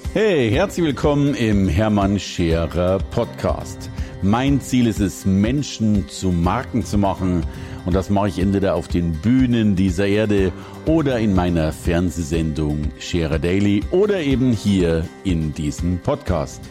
Hey, herzlich willkommen im Hermann Scherer Podcast. Mein Ziel ist es, Menschen zu Marken zu machen. Und das mache ich entweder auf den Bühnen dieser Erde oder in meiner Fernsehsendung Scherer Daily oder eben hier in diesem Podcast.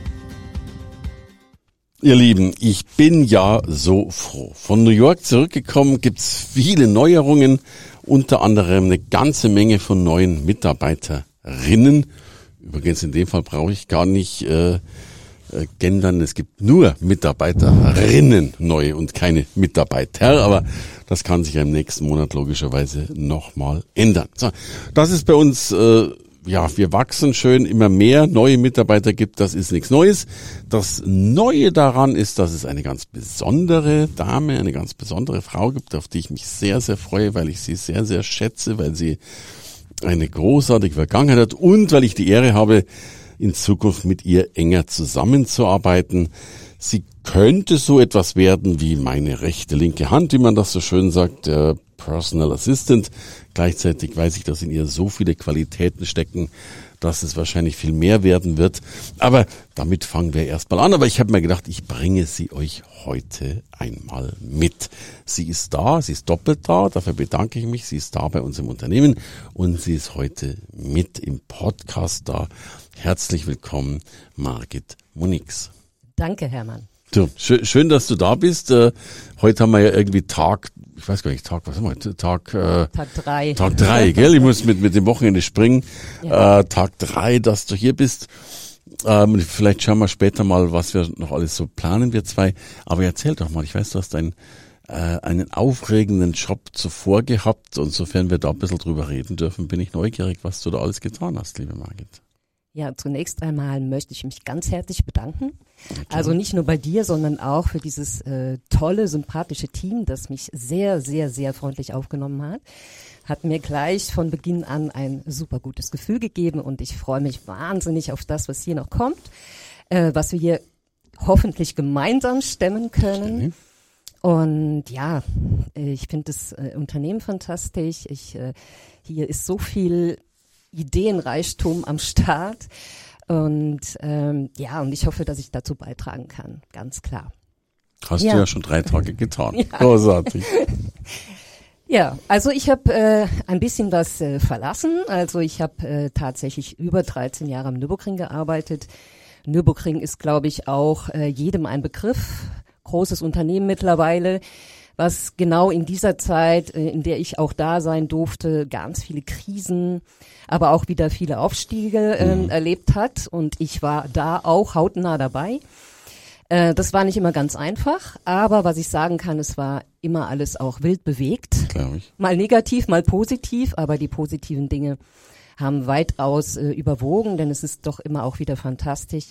Ihr Lieben, ich bin ja so froh. Von New York zurückgekommen, gibt's viele Neuerungen, unter anderem eine ganze Menge von neuen Mitarbeiterinnen. Übrigens, in dem Fall brauche ich gar nicht gendern, es gibt nur Mitarbeiterinnen neu und keine Mitarbeiter, aber das kann sich ja im nächsten Monat logischerweise nochmal ändern. So, das ist bei uns, wir wachsen schön, immer mehr neue Mitarbeiter gibt, das ist nichts Neues. Das Neue daran ist, dass es eine ganz besondere Dame, eine ganz besondere Frau gibt, auf die ich mich sehr, sehr freue, weil ich sie sehr, sehr schätze, weil sie eine großartige Vergangenheit hat und weil ich die Ehre habe, in Zukunft mit ihr enger zusammenzuarbeiten. Sie könnte so etwas werden wie meine rechte, linke Hand, wie man das so schön sagt, der Personal Assistant. Gleichzeitig weiß ich, dass in ihr so viele Qualitäten stecken, dass es wahrscheinlich viel mehr werden wird. Aber damit fangen wir erstmal an. Aber ich habe mir gedacht, ich bringe sie euch heute einmal mit. Sie ist da, sie ist doppelt da, dafür bedanke ich mich. Sie ist da bei uns im Unternehmen und sie ist heute mit im Podcast da. Herzlich willkommen, Margit Munix. Danke, Hermann. So, schön, dass du da bist. Heute haben wir ja irgendwie Tag 3. Tag 3, gell? Ich muss mit dem Wochenende springen. Ja. Tag 3, dass du hier bist. Vielleicht schauen wir später mal, was wir noch alles so planen, wir zwei. Aber erzähl doch mal, ich weiß, du hast einen aufregenden Job zuvor gehabt. Und sofern wir da ein bisschen drüber reden dürfen, bin ich neugierig, was du da alles getan hast, liebe Margit. Ja, zunächst einmal möchte ich mich ganz herzlich bedanken. Okay. Also nicht nur bei dir, sondern auch für dieses tolle, sympathische Team, das mich sehr, sehr, sehr freundlich aufgenommen hat. Hat mir gleich von Beginn an ein super gutes Gefühl gegeben und ich freue mich wahnsinnig auf das, was hier noch kommt, was wir hier hoffentlich gemeinsam stemmen können. Okay. Und ja, ich finde das Unternehmen fantastisch. Hier ist so viel Ideenreichtum am Start und und ich hoffe, dass ich dazu beitragen kann, ganz klar. Hast du ja schon 3 Tage getan. Ja. Großartig. Ja, also ich habe ein bisschen was verlassen. Also ich habe tatsächlich über 13 Jahre am Nürburgring gearbeitet. Nürburgring ist, glaube ich, auch jedem ein Begriff. Großes Unternehmen mittlerweile, was genau in dieser Zeit, in der ich auch da sein durfte, ganz viele Krisen, aber auch wieder viele Aufstiege erlebt hat. Und ich war da auch hautnah dabei. Das war nicht immer ganz einfach, aber was ich sagen kann, es war immer alles auch wild bewegt. Glaube ich. Mal negativ, mal positiv, aber die positiven Dinge haben weitaus überwogen, denn es ist doch immer auch wieder fantastisch,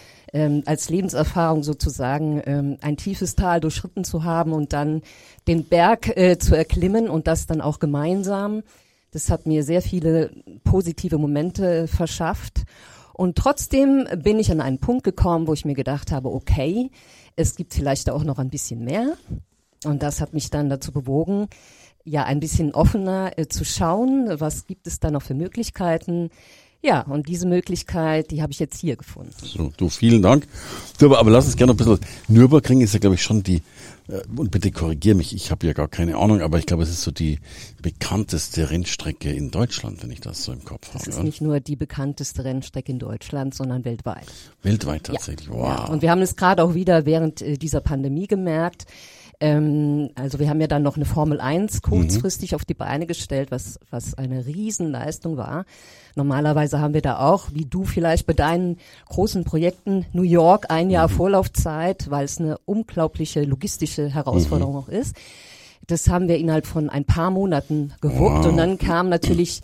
als Lebenserfahrung sozusagen ein tiefes Tal durchschritten zu haben und dann den Berg zu erklimmen und das dann auch gemeinsam. Das hat mir sehr viele positive Momente verschafft. Und trotzdem bin ich an einen Punkt gekommen, wo ich mir gedacht habe, okay, es gibt vielleicht auch noch ein bisschen mehr. Und das hat mich dann dazu bewogen, ja, ein bisschen offener zu schauen, was gibt es da noch für Möglichkeiten. Ja, und diese Möglichkeit, die habe ich jetzt hier gefunden. So, du, vielen Dank. Du, aber lass uns gerne ein bisschen, Nürburgring ist ja, glaube ich, schon die, und bitte korrigier mich, ich habe ja gar keine Ahnung, aber ich glaube, es ist so die bekannteste Rennstrecke in Deutschland, wenn ich das so im Kopf habe. Das ist nicht nur die bekannteste Rennstrecke in Deutschland, sondern weltweit. Weltweit tatsächlich, ja. Wow. Ja. Und wir haben es gerade auch wieder während dieser Pandemie gemerkt. Also wir haben ja dann noch eine Formel 1 kurzfristig auf die Beine gestellt, was eine Riesenleistung war. Normalerweise haben wir da auch, wie du vielleicht bei deinen großen Projekten, New York, ein Jahr Vorlaufzeit, weil es eine unglaubliche logistische Herausforderung auch ist. Das haben wir innerhalb von ein paar Monaten gewuppt und dann kam natürlich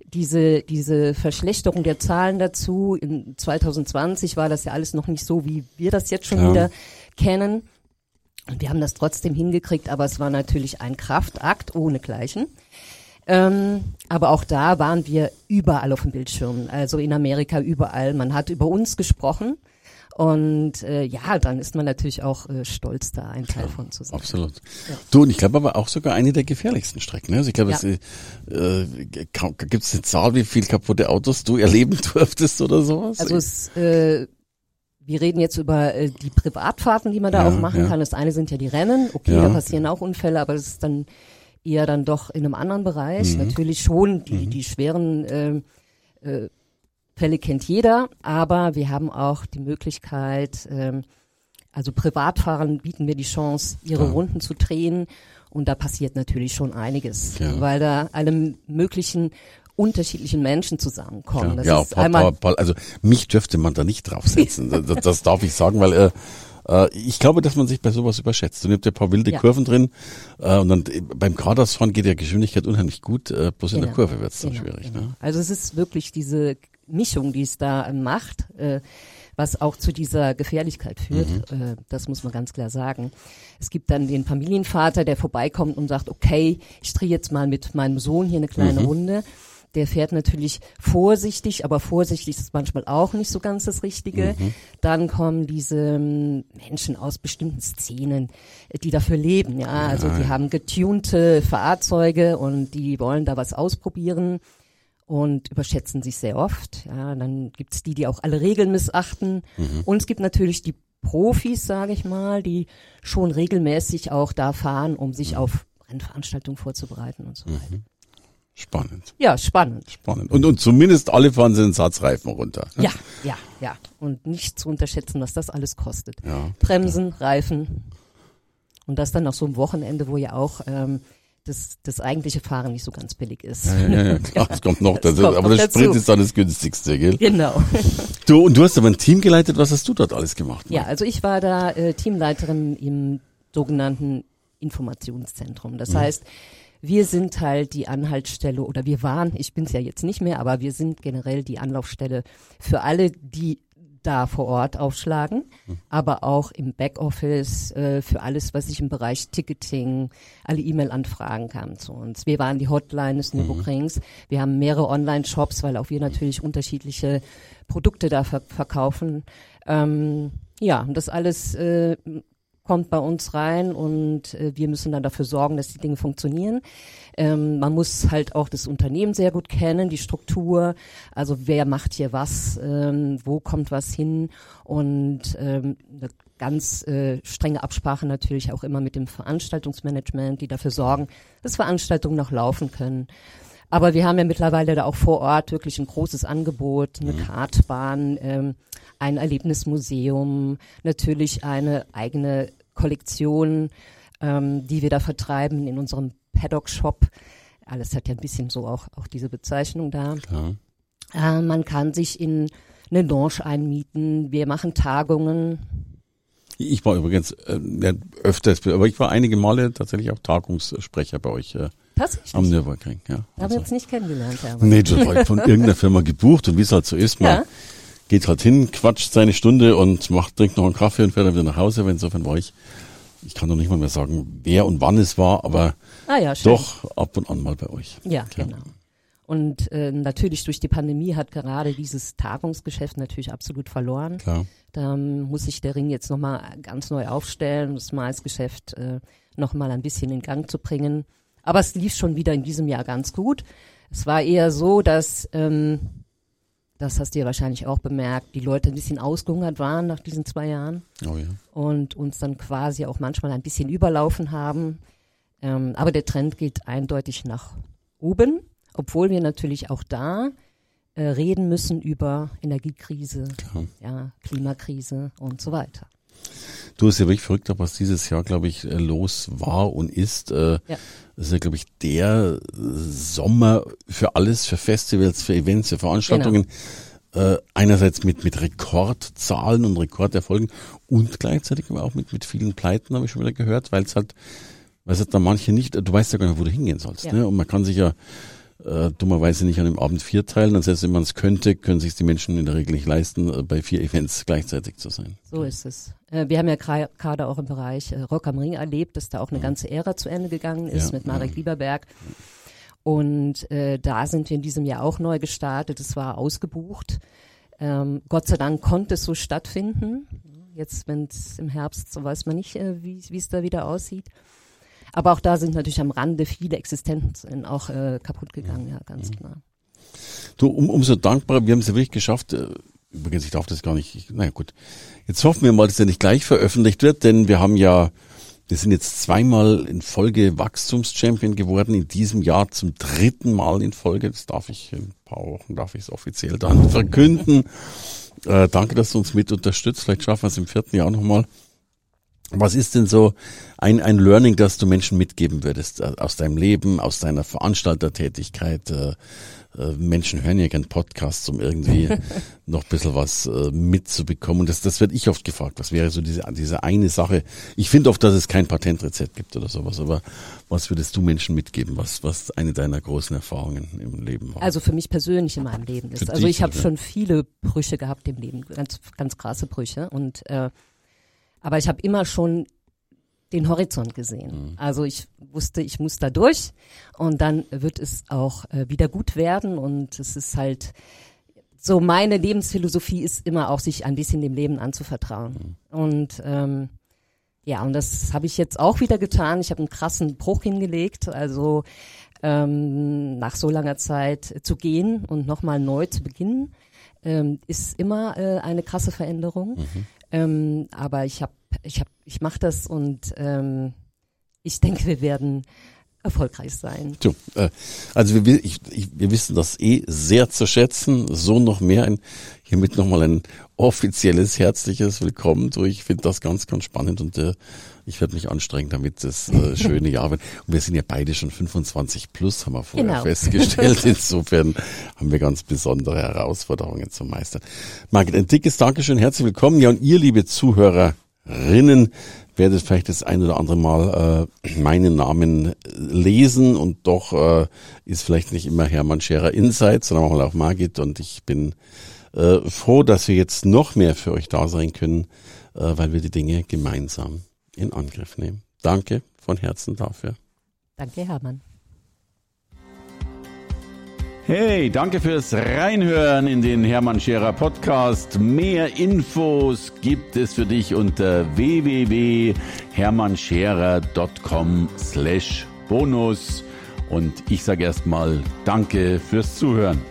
diese Verschlechterung der Zahlen dazu. In 2020 war das ja alles noch nicht so, wie wir das jetzt schon wieder kennen. Und wir haben das trotzdem hingekriegt, aber es war natürlich ein Kraftakt ohnegleichen. Aber auch da waren wir überall auf dem Bildschirm, also in Amerika überall. Man hat über uns gesprochen Und dann ist man natürlich auch stolz, da ein Teil von zu sein. Absolut. Ja. Du, und ich glaube aber auch sogar eine der gefährlichsten Strecken. Ne? Also ich glaube, gibt es eine Zahl, wie viel kaputte Autos du erleben durftest oder sowas? Also wir reden jetzt über die Privatfahrten, die man da auch machen kann. Das eine sind ja die Rennen. Okay, da passieren auch Unfälle, aber das ist dann eher dann doch in einem anderen Bereich. Natürlich schon die schweren Fälle kennt jeder, aber wir haben auch die Möglichkeit, also Privatfahrern bieten wir die Chance, ihre Runden zu drehen, und da passiert natürlich schon einiges, weil da alle möglichen unterschiedlichen Menschen zusammenkommen. Das ist also mich dürfte man da nicht draufsetzen. Das darf ich sagen, weil ich glaube, dass man sich bei sowas überschätzt. Du nimmst ja ein paar wilde Kurven drin und dann beim Geradeausfahren geht ja Geschwindigkeit unheimlich gut, bloß in der Kurve wird es dann schwierig. Ne? Also es ist wirklich diese Mischung, die es da macht, was auch zu dieser Gefährlichkeit führt. Das muss man ganz klar sagen. Es gibt dann den Familienvater, der vorbeikommt und sagt, okay, ich drehe jetzt mal mit meinem Sohn hier eine kleine Runde. Der fährt natürlich vorsichtig, aber vorsichtig ist manchmal auch nicht so ganz das Richtige. Dann kommen diese Menschen aus bestimmten Szenen, die dafür leben. Ja, also die haben getunte Fahrzeuge und die wollen da was ausprobieren und überschätzen sich sehr oft. Ja, dann gibt's die auch alle Regeln missachten. Und es gibt natürlich die Profis, sage ich mal, die schon regelmäßig auch da fahren, um sich auf Rennveranstaltungen vorzubereiten und so weiter. Spannend. Ja, spannend. Und zumindest alle fahren sie den Satzreifen runter. Ne? Ja. Und nicht zu unterschätzen, was das alles kostet. Ja, Bremsen, Reifen. Und das dann nach so einem Wochenende, wo ja auch das eigentliche Fahren nicht so ganz billig ist. Ja, klar, das kommt noch dazu. Aber der Sprit ist dann das günstigste, gell? Genau. Du hast aber ein Team geleitet. Was hast du dort alles gemacht? Ja, also ich war da Teamleiterin im sogenannten Informationszentrum. Das heißt, wir sind halt die Anhaltsstelle, oder wir waren, ich bin's ja jetzt nicht mehr, aber wir sind generell die Anlaufstelle für alle, die da vor Ort aufschlagen, aber auch im Backoffice für alles, was sich im Bereich Ticketing, alle E-Mail-Anfragen kamen zu uns. Wir waren die Hotline des Nürburgrings. Wir haben mehrere Online-Shops, weil auch wir natürlich unterschiedliche Produkte da verkaufen. Und das alles kommt bei uns rein, und wir müssen dann dafür sorgen, dass die Dinge funktionieren. Man muss halt auch das Unternehmen sehr gut kennen, die Struktur, also wer macht hier was, wo kommt was hin, und eine ganz strenge Absprache natürlich auch immer mit dem Veranstaltungsmanagement, die dafür sorgen, dass Veranstaltungen noch laufen können. Aber wir haben ja mittlerweile da auch vor Ort wirklich ein großes Angebot, eine Kartbahn, ein Erlebnismuseum, natürlich eine eigene Kollektion, die wir da vertreiben in unserem Paddock-Shop. Alles hat ja ein bisschen so auch diese Bezeichnung da. Man kann sich in eine Lounge einmieten, wir machen Tagungen. Ich war übrigens öfters, aber ich war einige Male tatsächlich auch Tagungssprecher bei euch. Am Nürburgring, ja. Haben wir uns nicht kennengelernt, aber. Nee, das war von irgendeiner Firma gebucht, und wie es halt so ist, man geht halt hin, quatscht seine Stunde und trinkt noch einen Kaffee und fährt dann wieder nach Hause. Insofern war ich kann doch nicht mal mehr sagen, wer und wann es war, aber doch ab und an mal bei euch. Ja, genau. Und natürlich durch die Pandemie hat gerade dieses Tagungsgeschäft natürlich absolut verloren. Klar. Da muss sich der Ring jetzt nochmal ganz neu aufstellen, das Maßgeschäft nochmal ein bisschen in Gang zu bringen. Aber es lief schon wieder in diesem Jahr ganz gut. Es war eher so, dass, das hast du ja wahrscheinlich auch bemerkt, die Leute ein bisschen ausgehungert waren nach diesen 2 Jahren. Oh ja. Und uns dann quasi auch manchmal ein bisschen überlaufen haben. Aber der Trend geht eindeutig nach oben, obwohl wir natürlich auch da reden müssen über Energiekrise, Klimakrise und so weiter. Du hast ja wirklich verrückt, was dieses Jahr, glaube ich, los war und ist. Das ist ja, glaube ich, der Sommer für alles, für Festivals, für Events, für Veranstaltungen. Genau. Einerseits mit Rekordzahlen und Rekorderfolgen und gleichzeitig aber auch mit vielen Pleiten, habe ich schon wieder gehört, weil es halt da manche nicht, du weißt ja gar nicht, wo du hingehen sollst. Ne? Und man kann sich ja dummerweise nicht an dem Abend 4 teilen. Und selbst wenn man es könnte, können sich die Menschen in der Regel nicht leisten, bei 4 Events gleichzeitig zu sein. So ist es. Wir haben ja gerade auch im Bereich Rock am Ring erlebt, dass da auch eine ganze Ära zu Ende gegangen ist mit Marek Lieberberg. Und da sind wir in diesem Jahr auch neu gestartet. Es war ausgebucht. Gott sei Dank konnte es so stattfinden. Jetzt, wenn es im Herbst, so weiß man nicht, wie es da wieder aussieht. Aber auch da sind natürlich am Rande viele Existenzen auch kaputt gegangen, ja, ganz klar. Du, umso dankbarer, wir haben es ja wirklich geschafft. Übrigens, ich darf das gar nicht, naja gut. Jetzt hoffen wir mal, dass er nicht gleich veröffentlicht wird, denn wir sind jetzt 2-mal in Folge Wachstumschampion geworden, in diesem Jahr zum 3. Mal in Folge. Das darf ich, in ein paar Wochen darf ich es offiziell dann verkünden. Danke, dass du uns mit unterstützt. Vielleicht schaffen wir es im 4. Jahr nochmal. Was ist denn so ein Learning, das du Menschen mitgeben würdest aus deinem Leben, aus deiner Veranstaltertätigkeit? Menschen hören ja gern Podcasts, um irgendwie noch ein bisschen was mitzubekommen. Und das werde ich oft gefragt. Was wäre so diese eine Sache? Ich finde oft, dass es kein Patentrezept gibt oder sowas. Aber was würdest du Menschen mitgeben? Was eine deiner großen Erfahrungen im Leben war? Also für mich persönlich in meinem Leben ist. Also ich habe schon viele Brüche gehabt im Leben, ganz, ganz krasse Brüche. Und aber ich habe immer schon den Horizont gesehen. Also ich wusste, ich muss da durch und dann wird es auch wieder gut werden und es ist halt so, meine Lebensphilosophie ist immer auch, sich ein bisschen dem Leben anzuvertrauen. Und und das habe ich jetzt auch wieder getan. Ich habe einen krassen Bruch hingelegt, also nach so langer Zeit zu gehen und nochmal neu zu beginnen, ist immer eine krasse Veränderung. Aber ich mache das und ich denke, wir werden erfolgreich sein. Also wir wissen das sehr zu schätzen. So noch mehr hiermit nochmal ein offizielles, herzliches Willkommen. Ich finde das ganz, ganz spannend und ich werde mich anstrengen, damit das schöne Jahr wird. Und wir sind ja beide schon 25 plus, haben wir vorher festgestellt. Insofern haben wir ganz besondere Herausforderungen zu meistern. Margit, ein dickes Dankeschön, herzlich willkommen. Ja, und ihr, liebe Zuhörerinnen, werdet vielleicht das ein oder andere Mal meinen Namen lesen und doch ist vielleicht nicht immer Hermann Scherer Insight, sondern manchmal auch Margit und ich bin froh, dass wir jetzt noch mehr für euch da sein können, weil wir die Dinge gemeinsam in Angriff nehmen. Danke von Herzen dafür. Danke, Hermann. Hey, danke fürs Reinhören in den Hermann Scherer Podcast. Mehr Infos gibt es für dich unter www.hermannscherer.com/bonus. Und ich sage erstmal Danke fürs Zuhören.